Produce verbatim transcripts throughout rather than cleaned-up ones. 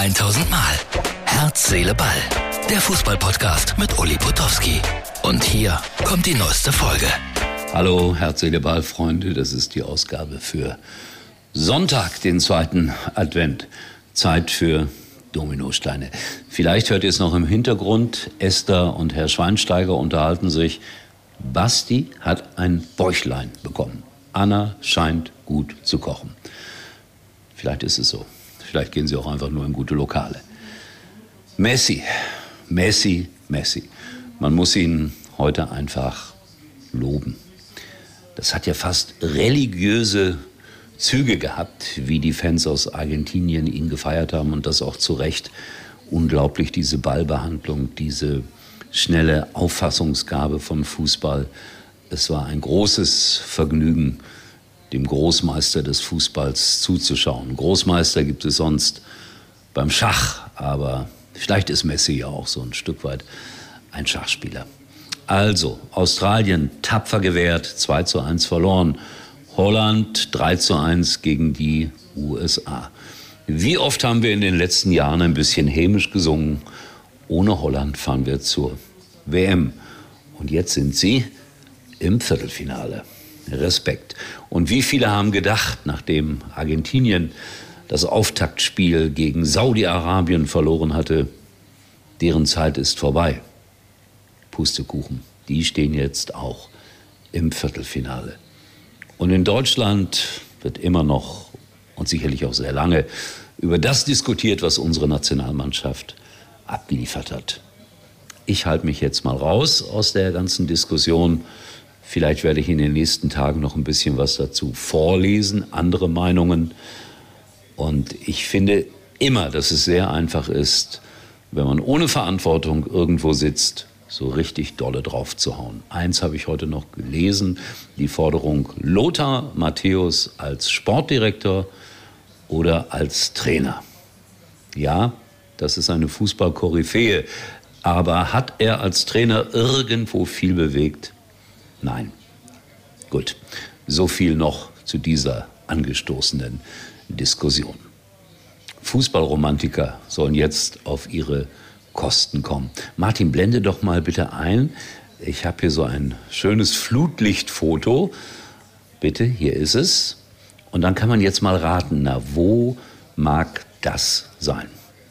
tausend Mal. Herz, Seele, Ball. Der Fußball-Podcast mit Uli Potowski. Und hier kommt die neueste Folge. Hallo, Herz, Seele, Ball, Freunde. Das ist die Ausgabe für Sonntag, den zweiten Advent. Zeit für Dominosteine. Vielleicht hört ihr es noch im Hintergrund. Esther und Herr Schweinsteiger unterhalten sich. Basti hat ein Bäuchlein bekommen. Anna scheint gut zu kochen. Vielleicht ist es so. Vielleicht gehen sie auch einfach nur in gute Lokale. Messi, Messi, Messi. Man muss ihn heute einfach loben. Das hat ja fast religiöse Züge gehabt, wie die Fans aus Argentinien ihn gefeiert haben. Und das auch zu Recht. Unglaublich, diese Ballbehandlung, diese schnelle Auffassungsgabe von Fußball. Es war ein großes Vergnügen, dem Großmeister des Fußballs zuzuschauen. Großmeister gibt es sonst beim Schach, aber vielleicht ist Messi ja auch so ein Stück weit ein Schachspieler. Also, Australien tapfer gewehrt, zwei zu eins verloren. Holland drei zu eins gegen die U S A. Wie oft haben wir in den letzten Jahren ein bisschen hämisch gesungen? Ohne Holland fahren wir zur W M. Und jetzt sind sie im Viertelfinale. Respekt. Und wie viele haben gedacht, nachdem Argentinien das Auftaktspiel gegen Saudi-Arabien verloren hatte, deren Zeit ist vorbei. Pustekuchen, die stehen jetzt auch im Viertelfinale. Und in Deutschland wird immer noch und sicherlich auch sehr lange über das diskutiert, was unsere Nationalmannschaft abgeliefert hat. Ich halte mich jetzt mal raus aus der ganzen Diskussion. Vielleicht werde ich in den nächsten Tagen noch ein bisschen was dazu vorlesen, andere Meinungen. Und ich finde immer, dass es sehr einfach ist, wenn man ohne Verantwortung irgendwo sitzt, so richtig dolle drauf zu hauen. Eins habe ich heute noch gelesen, die Forderung Lothar Matthäus als Sportdirektor oder als Trainer. Ja, das ist eine Fußball-Koryphäe, aber hat er als Trainer irgendwo viel bewegt? Nein. Gut, so viel noch zu dieser angestoßenen Diskussion. Fußballromantiker sollen jetzt auf ihre Kosten kommen. Martin, blende doch mal bitte ein. Ich habe hier so ein schönes Flutlichtfoto. Bitte, hier ist es. Und dann kann man jetzt mal raten, na, wo mag das sein?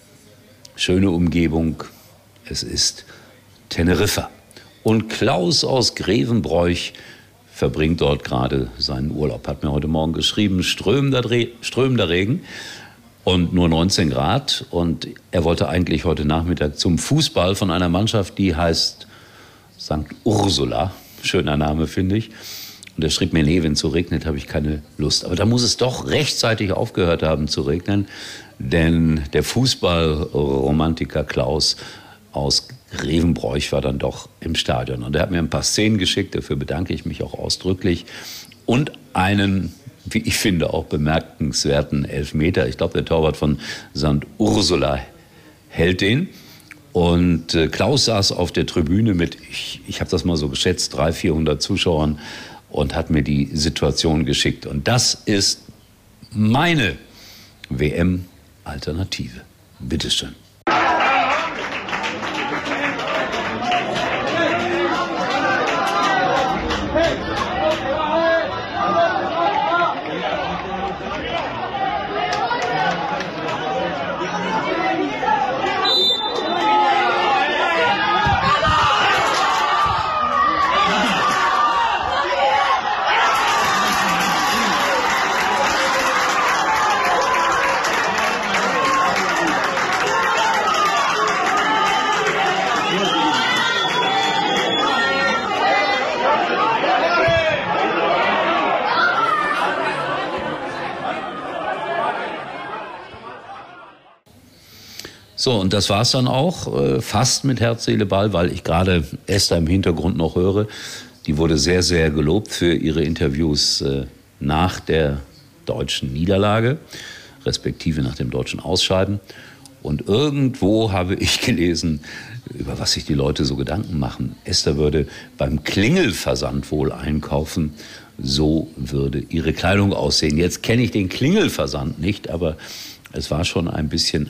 Schöne Umgebung. Es ist Teneriffa. Und Klaus aus Grevenbroich verbringt dort gerade seinen Urlaub. Hat mir heute Morgen geschrieben, strömender, Re- strömender Regen und nur neunzehn Grad. Und er wollte eigentlich heute Nachmittag zum Fußball von einer Mannschaft, die heißt Sankt Ursula. Schöner Name, finde ich. Und er schrieb mir, nee, wenn es so regnet, habe ich keine Lust. Aber da muss es doch rechtzeitig aufgehört haben zu regnen. Denn der Fußballromantiker Klaus aus Grevenbroich war dann doch im Stadion. Und er hat mir ein paar Szenen geschickt, dafür bedanke ich mich auch ausdrücklich. Und einen, wie ich finde, auch bemerkenswerten Elfmeter. Ich glaube, der Torwart von Sankt Ursula hält den. Und äh, Klaus saß auf der Tribüne mit, ich, ich habe das mal so geschätzt, dreihundert, vierhundert Zuschauern und hat mir die Situation geschickt. Und das ist meine W M-Alternative. Bitteschön. So, und das war's dann auch, äh, fast mit Herz, Seele, Ball, weil ich gerade Esther im Hintergrund noch höre. Die wurde sehr, sehr gelobt für ihre Interviews äh, nach der deutschen Niederlage, respektive nach dem deutschen Ausscheiden. Und irgendwo habe ich gelesen, über was sich die Leute so Gedanken machen. Esther würde beim Klingelversand wohl einkaufen. So würde ihre Kleidung aussehen. Jetzt kenne ich den Klingelversand nicht, aber es war schon ein bisschen ab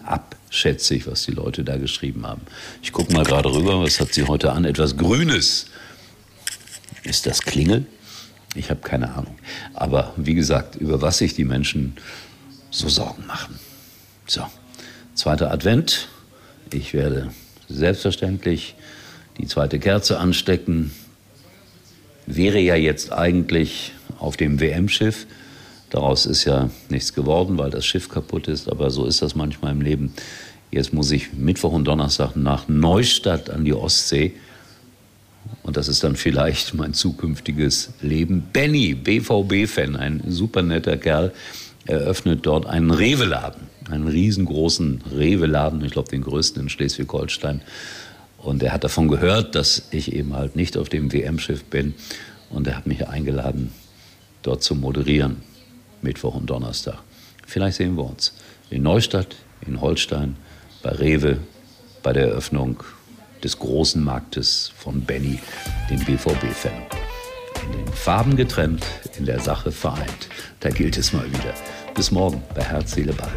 schätze ich, was die Leute da geschrieben haben. Ich gucke mal gerade rüber, was hat sie heute an? Etwas Grünes. Ist das Klingel? Ich habe keine Ahnung. Aber wie gesagt, über was sich die Menschen so Sorgen machen. So, zweiter Advent. Ich werde selbstverständlich die zweite Kerze anstecken. Wäre ja jetzt eigentlich auf dem W M-Schiff. Daraus ist ja nichts geworden, weil das Schiff kaputt ist. Aber so ist das manchmal im Leben. Jetzt muss ich Mittwoch und Donnerstag nach Neustadt an die Ostsee. Und das ist dann vielleicht mein zukünftiges Leben. Benny, B V B-Fan, ein super netter Kerl, eröffnet dort einen Rewe-Laden. Einen riesengroßen Rewe-Laden, ich glaube den größten in Schleswig-Holstein. Und er hat davon gehört, dass ich eben halt nicht auf dem W M-Schiff bin. Und er hat mich eingeladen, dort zu moderieren, Mittwoch und Donnerstag. Vielleicht sehen wir uns in Neustadt, in Holstein, bei Rewe, bei der Eröffnung des großen Marktes von Benny, dem B V B-Fan. In den Farben getrennt, in der Sache vereint. Da gilt es mal wieder. Bis morgen bei Herz, Seele, Ball.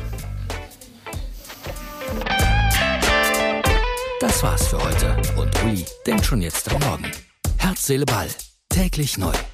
Das war's für heute und Uli denkt schon jetzt am Morgen. Herz, Seele, Ball. Täglich neu.